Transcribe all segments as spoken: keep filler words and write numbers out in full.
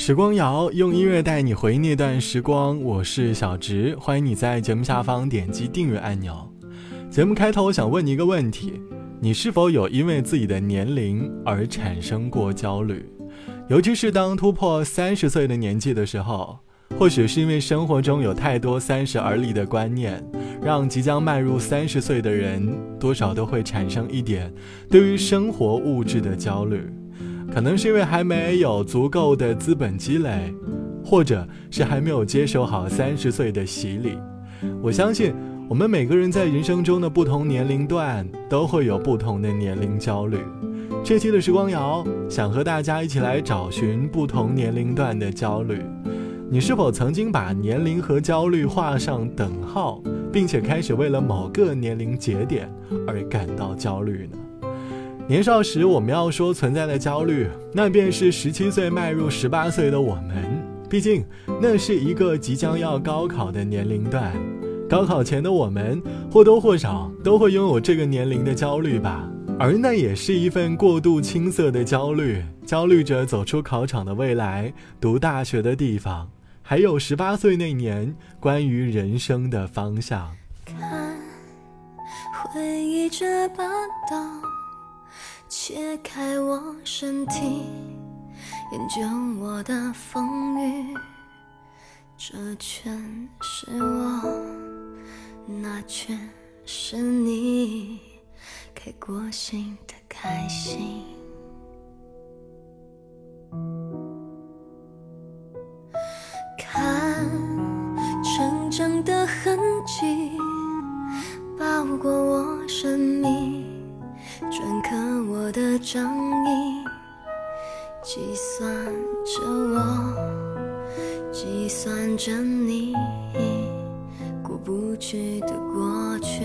时光谣，用音乐带你回忆那段时光，我是小直，欢迎你在节目下方点击订阅按钮。节目开头我想问你一个问题，你是否有因为自己的年龄而产生过焦虑？尤其是当突破三十岁的年纪的时候，或许是因为生活中有太多三十而立的观念，让即将迈入三十岁的人多少都会产生一点对于生活物质的焦虑。可能是因为还没有足够的资本积累，或者是还没有接受好三十岁的洗礼。我相信我们每个人在人生中的不同年龄段都会有不同的年龄焦虑。这期的时光谣想和大家一起来找寻不同年龄段的焦虑。你是否曾经把年龄和焦虑画上等号，并且开始为了某个年龄节点而感到焦虑呢？年少时我们要说存在的焦虑，那便是十七岁迈入十八岁的我们，毕竟那是一个即将要高考的年龄段。高考前的我们或多或少都会拥有这个年龄的焦虑吧，而那也是一份过度青涩的焦虑，焦虑着走出考场的未来，读大学的地方，还有十八岁那年关于人生的方向。 看回忆这把刀，切开我身体，研究我的风雨，这全是我，那全是你，开过心的开心。看成长的痕迹包裹我生命，篆刻我的掌印，计算着我，计算着你过不去的过去。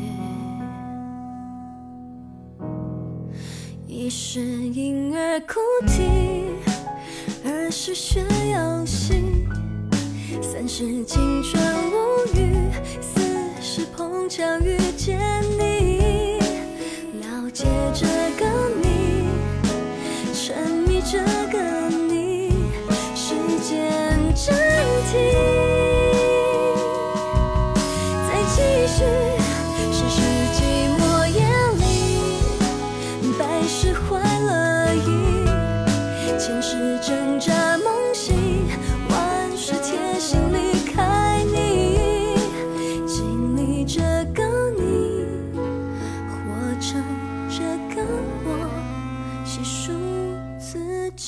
一是婴儿哭啼，二是学游戏，三是青春无语，四是碰巧遇见你，了解这个你，沉迷这个你，时间暂停，再继续试试寂寞夜里，百事欢乐意，千事挣扎梦醒，万事贴心离开你，经历这个你，活成这个我，细数自己。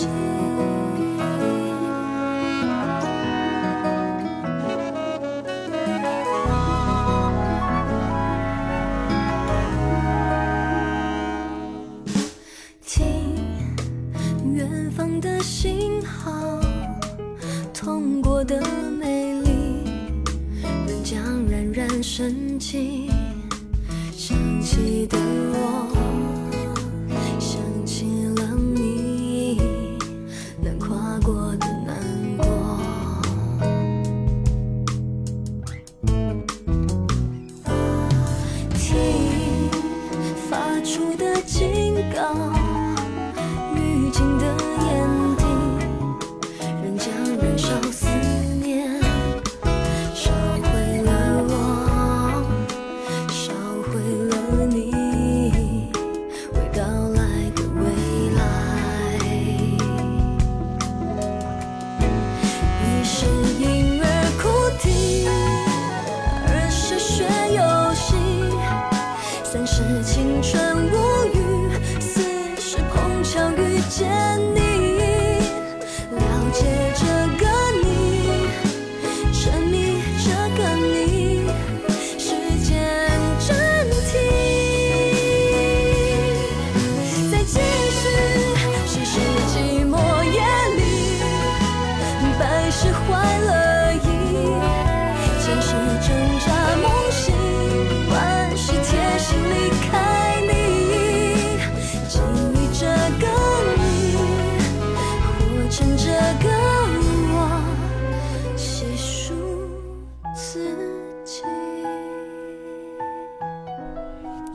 听远方的信号，痛过的美丽，仍将冉冉升起，想起的我，想起了你，难跨过的难过。听发出的警告，预警的眼底，仍将燃烧思念，烧毁了我，烧毁了你，未到来的未来。一是婴儿哭啼，二是学游戏，三是青春无语，四是碰巧遇见你，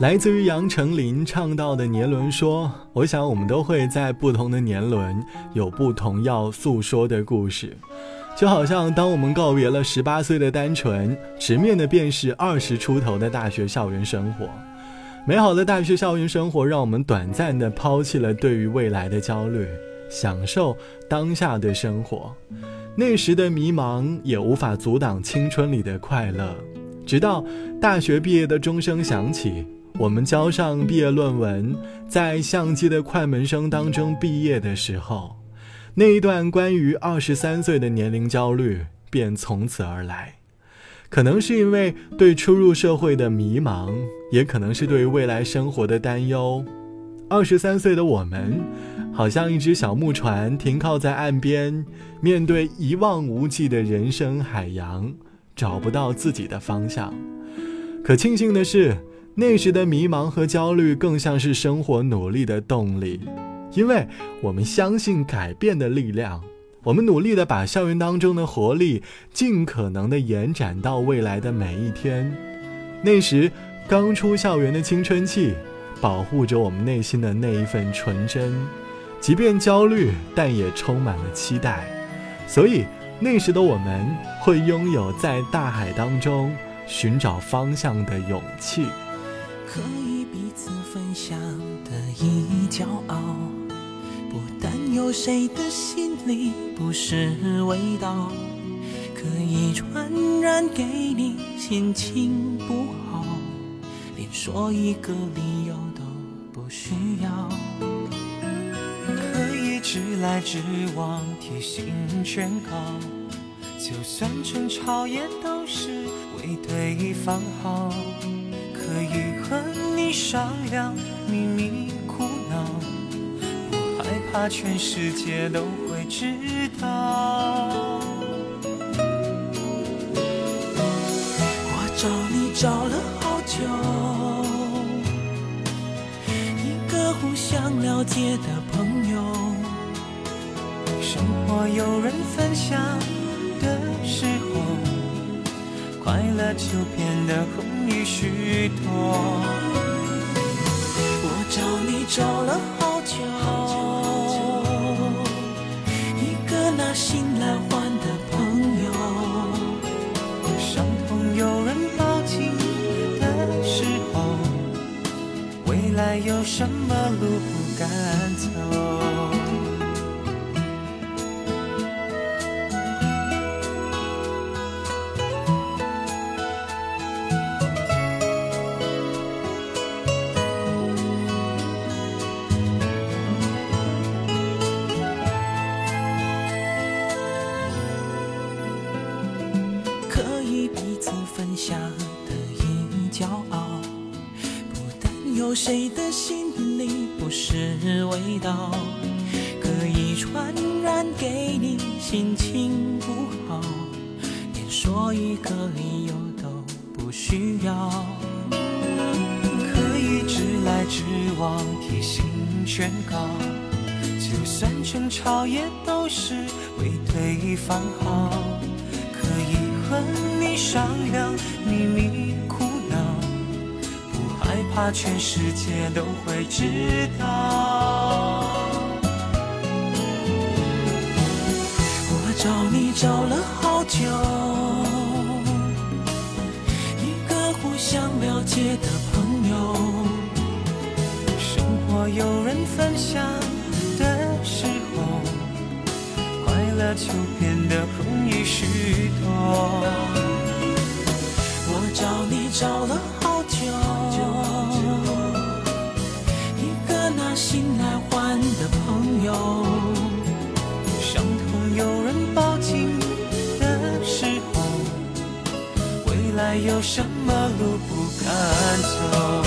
来自于杨丞琳唱到的年轮说，我想我们都会在不同的年轮有不同要诉说的故事，就好像当我们告别了十八岁的单纯，直面的便是二十出头的大学校园生活。美好的大学校园生活让我们短暂地抛弃了对于未来的焦虑，享受当下的生活。那时的迷茫也无法阻挡青春里的快乐，直到大学毕业的钟声响起，我们交上毕业论文，在相机的快门声当中毕业的时候，那一段关于二十三岁的年龄焦虑便从此而来。可能是因为对初入社会的迷茫，也可能是对于未来生活的担忧。二十三岁的我们好像一只小木船停靠在岸边，面对一望无际的人生海洋，找不到自己的方向。可庆幸的是，那时的迷茫和焦虑更像是生活努力的动力，因为我们相信改变的力量，我们努力地把校园当中的活力尽可能地延展到未来的每一天。那时刚出校园的青春气保护着我们内心的那一份纯真，即便焦虑，但也充满了期待。所以那时的我们会拥有在大海当中寻找方向的勇气。 可以彼此分享的一骄傲，不担忧谁的心里不是味道，可以传染给你心情不好，连说一个理由都不需要，可以直来直往提醒劝告，就算争吵也都是为对方好，可以和你商量秘密苦恼，不害怕全世界都会知道。我找你找了好久，一个互相了解的朋友，生活有人分享的时候，快乐就变得容易许多。我找你找了好久，一个拿心来换的朋友，伤痛有人抱紧的时候，未来有什么路不敢走。分享的一骄傲，不担忧谁的心里不是味道，可以传染给你心情不好，连说一个理由都不需要，可以直来直往提醒劝告，就算争吵也都是为对方好，可以和你商量秘密苦恼，不害怕全世界都会知道。我找你找了好久，一个互相了解的朋友，生活有人分享的时候，快乐就变得容易许多。我找你找了好久，一个拿心来换的朋友，伤痛有人抱紧的时候，未来有什么路不敢走。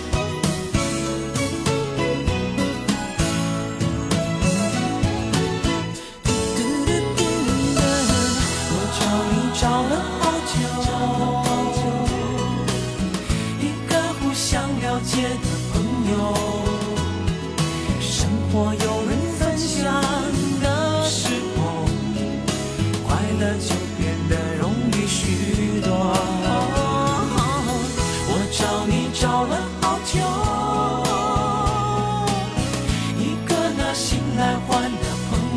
的朋友，生活有人分享的时候，快乐就变得容易许多。我找你找了好久，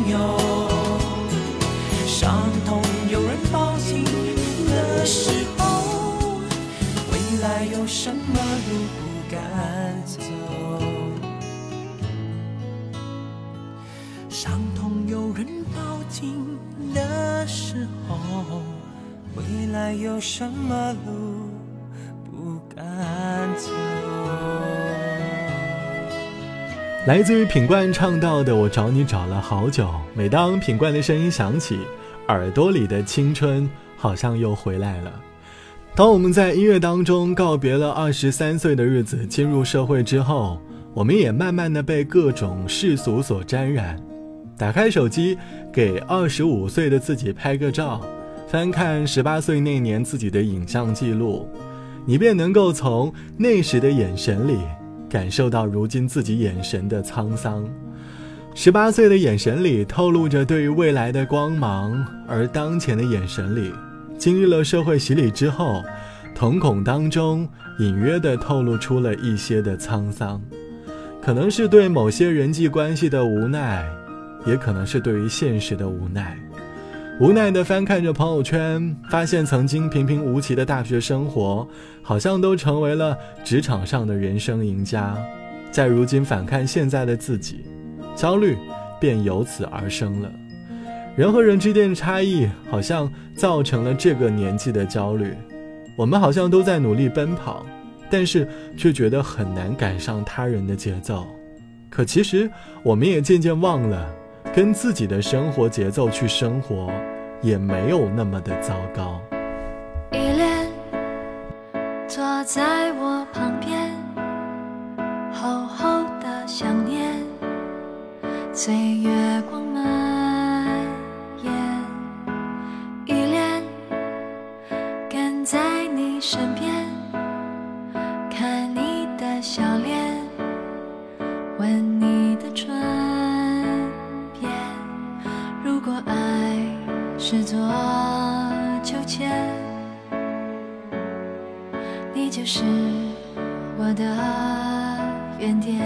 有。伤痛有人抱紧的时候，未来有什么路不敢走？伤痛有人抱紧的时候，未来有什么路不敢走？ 来自于品冠唱到的我找你找了好久，每当品冠的声音响起，耳朵里的青春好像又回来了。当我们在音乐当中告别了二十三岁的日子，进入社会之后，我们也慢慢的被各种世俗所沾染。打开手机，给二十五岁的自己拍个照，翻看十八岁那年自己的影像记录，你便能够从那时的眼神里感受到如今自己眼神的沧桑。十八岁的眼神里透露着对于未来的光芒，而当前的眼神里，经历了社会洗礼之后，瞳孔当中隐约地透露出了一些的沧桑，可能是对某些人际关系的无奈，也可能是对于现实的无奈。无奈地翻看着朋友圈，发现曾经平平无奇的大学生活，好像都成为了职场上的人生赢家。在如今反看现在的自己，焦虑便由此而生了。人和人之间的差异，好像造成了这个年纪的焦虑。我们好像都在努力奔跑，但是却觉得很难赶上他人的节奏。可其实我们也渐渐忘了，跟自己的生活节奏去生活，也没有那么的糟糕。 依恋坐在我旁边，厚厚的想念随月光蔓延。依恋跟在你身边，看你的笑脸，闻你的唇边。如果爱是座秋千，你就是我的原点。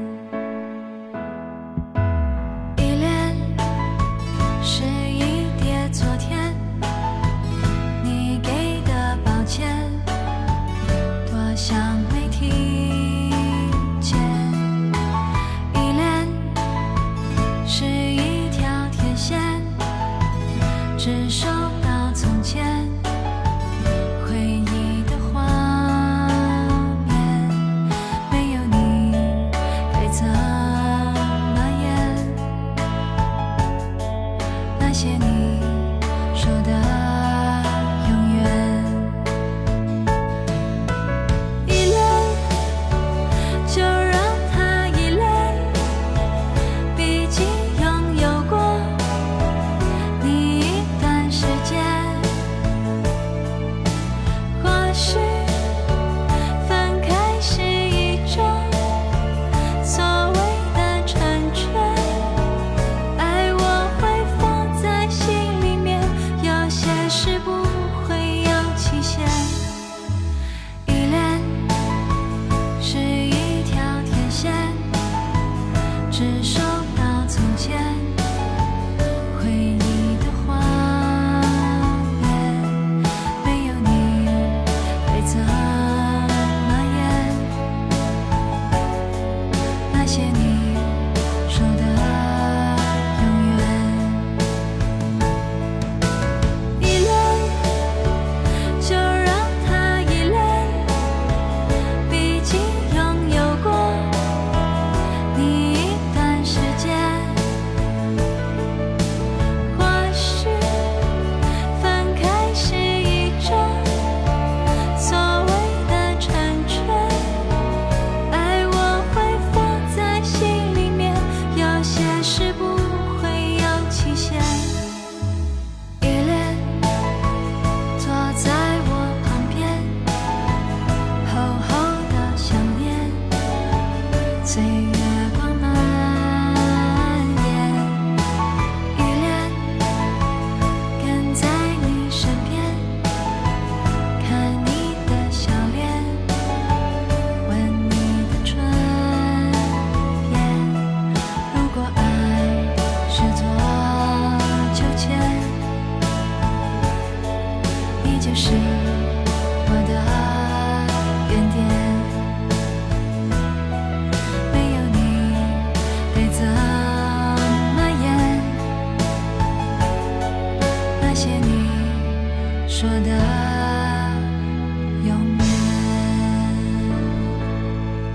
依恋是一叠昨天你给的抱歉，多想没听见。依恋是一条铁线，只收到从前回忆的画面，没有你该怎么演？那些你说的永远，依恋就让它依恋，毕竟拥有过你一段时间。或许分开是一种所谓的成全，爱我会放在心里面，有些事不会有期限。依恋是一条铁线，只收到从前回忆的画面，没有你该怎么演？那些你说的永远，依恋就让它依恋，毕竟拥有过你一段时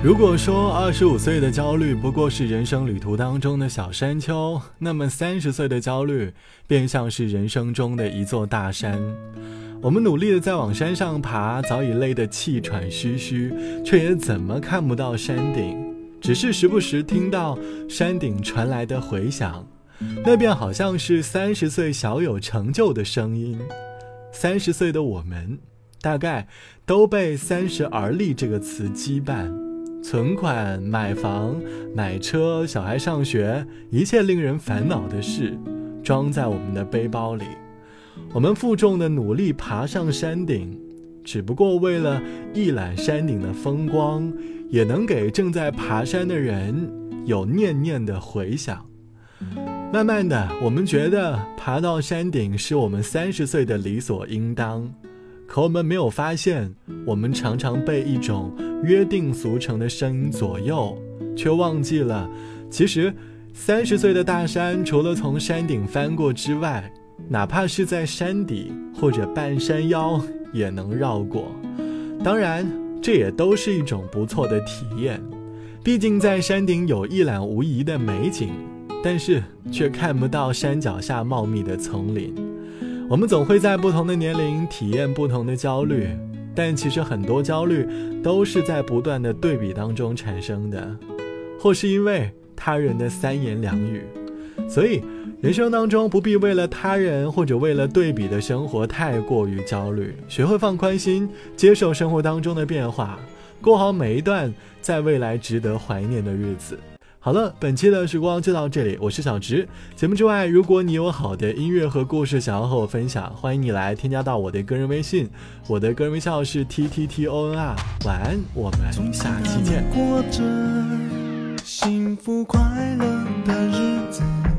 如果说二十五岁的焦虑不过是人生旅途当中的小山丘，那么三十岁的焦虑便像是人生中的一座大山。我们努力的在往山上爬，早已累得气喘吁吁，却也怎么看不到山顶，只是时不时听到山顶传来的回响，那便好像是三十岁小有成就的声音。三十岁的我们大概都被三十而立这个词羁绊，存款、买房、买车、小孩上学，一切令人烦恼的事装在我们的背包里。我们负重的努力爬上山顶，只不过为了一览山顶的风光，也能给正在爬山的人有念念的回响。慢慢的，我们觉得爬到山顶是我们三十岁的理所应当，可我们没有发现，我们常常被一种约定俗成的声音左右，却忘记了其实三十岁的大山除了从山顶翻过之外，哪怕是在山底或者半山腰也能绕过。当然这也都是一种不错的体验，毕竟在山顶有一览无遗的美景，但是却看不到山脚下茂密的丛林。我们总会在不同的年龄体验不同的焦虑，但其实很多焦虑都是在不断的对比当中产生的，或是因为他人的三言两语。所以人生当中不必为了他人或者为了对比的生活太过于焦虑，学会放宽心，接受生活当中的变化，过好每一段在未来值得怀念的日子。好了，本期的时光就到这里，我是小直。节目之外，如果你有好的音乐和故事想要和我分享，欢迎你来添加到我的个人微信，我的个人微信号是 T T T O N R。 晚安，我们下期见。 过着幸福快乐的日子，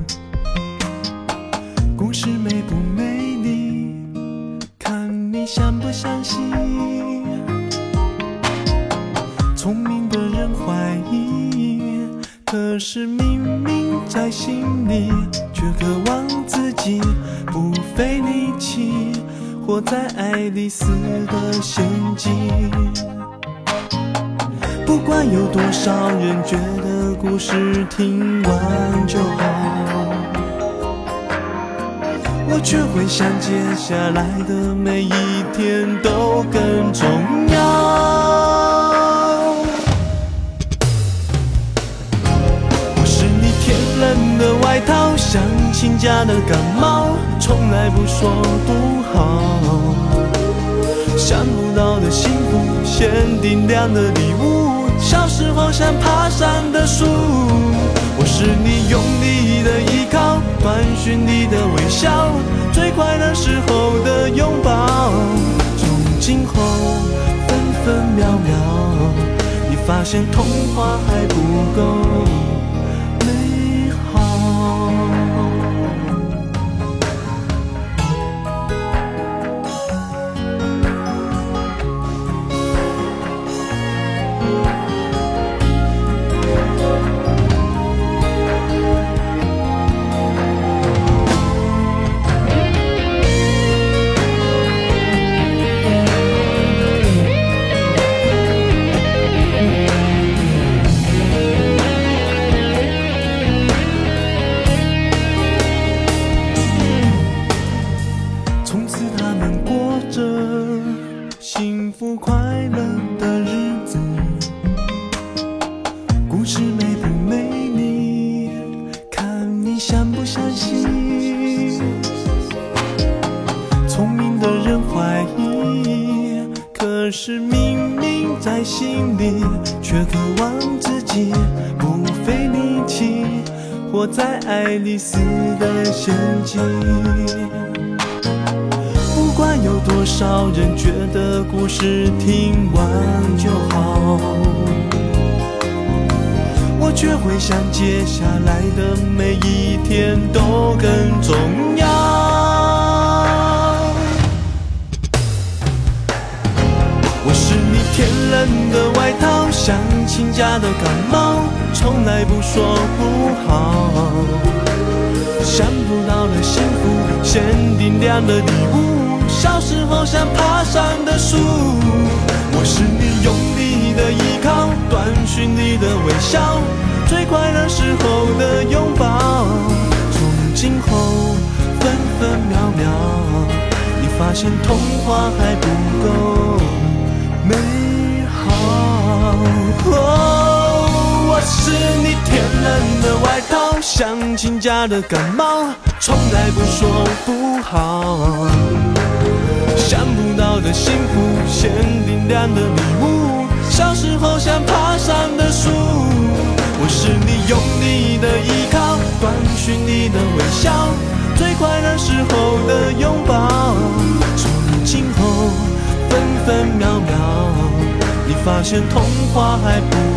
故事美不美丽，看你相不相信。聪明的人怀疑，可是明明在心里，却渴望自己不费力气，活在爱丽丝的陷阱。不管有多少人觉得故事听完就好，我却会想接下来的每一天都更重要。冷的外套像亲家的感冒，从来不说不好。想不到的幸福，限定量的礼物，小时候想爬山的树。我是你用力的依靠，短讯里的微笑，最快乐时候的拥抱。从今后分分秒秒，你发现童话还不够。幸福快乐的日子，故事美不美丽，看你相不相信。聪明的人怀疑，可是明明在心里，却渴望自己不费力气，活在爱丽丝的陷阱。不管有多少人觉得故事听完就好，我却会想接下来的每一天都更重要。我是你天冷的外套，像亲家的感冒，从来不说不好。想不到的幸福，限定量的礼物，小时候想爬山的树。我是你用力你的依靠，短讯里的微笑，最快乐时候的拥抱。从今后分分秒秒，你发现童话还不够美好。哦，我是你天冷的外套，像亲家的感冒，从来不说不好。想不到的幸福，限定量的礼物，小时候想爬上的树。我是你用力的依靠，短讯里的微笑，最快乐时候的拥抱。从今后分分秒秒，你发现童话还不